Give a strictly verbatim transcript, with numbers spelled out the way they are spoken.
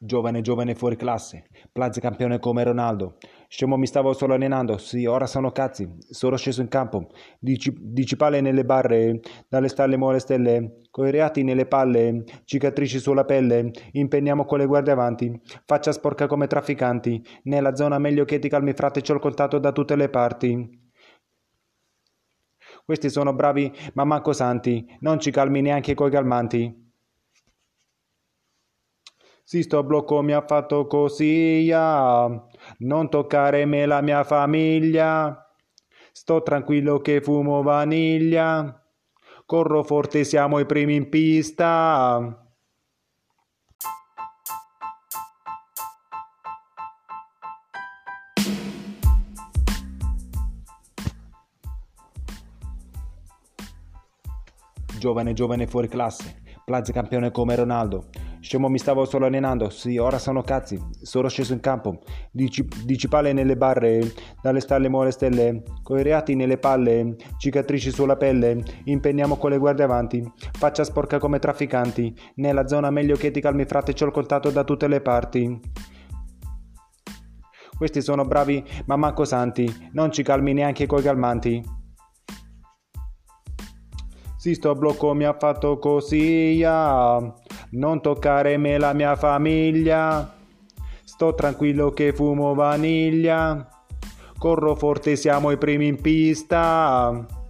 Giovane, giovane fuori classe, Plazzi campione come Ronaldo. Scemo, mi stavo solo allenando, sì, ora sono cazzi, sono sceso in campo. Dici, dici palle nelle barre, dalle stalle muore stelle, coi reati nelle palle, cicatrici sulla pelle, impenniamo con le guardie avanti, faccia sporca come trafficanti, nella zona meglio che ti calmi frate, c'ho il contatto da tutte le parti. Questi sono bravi ma manco santi, non ci calmi neanche coi calmanti. Sì, sto blocco mi ha fatto così, ya. Non toccare me la mia famiglia. Sto tranquillo che fumo vaniglia. Corro forte, siamo i primi in pista. Giovane, giovane fuori classe, Plazzi campione come Ronaldo. Scemo, mi stavo solo allenando, sì, ora sono cazzi, sono sceso in campo. Dici, dici palle nelle barre, dalle stalle muore stelle, coi reati nelle palle, cicatrici sulla pelle, impenniamo con le guardie avanti, faccia sporca come trafficanti, nella zona meglio che ti calmi frate, c'ho il contatto da tutte le parti. Questi sono bravi ma manco santi, non ci calmi neanche coi calmanti. Sì, sto blocco mi ha fatto così, ya. Non toccare me la mia famiglia. Sto tranquillo che fumo vaniglia. Corro forte, siamo i primi in pista.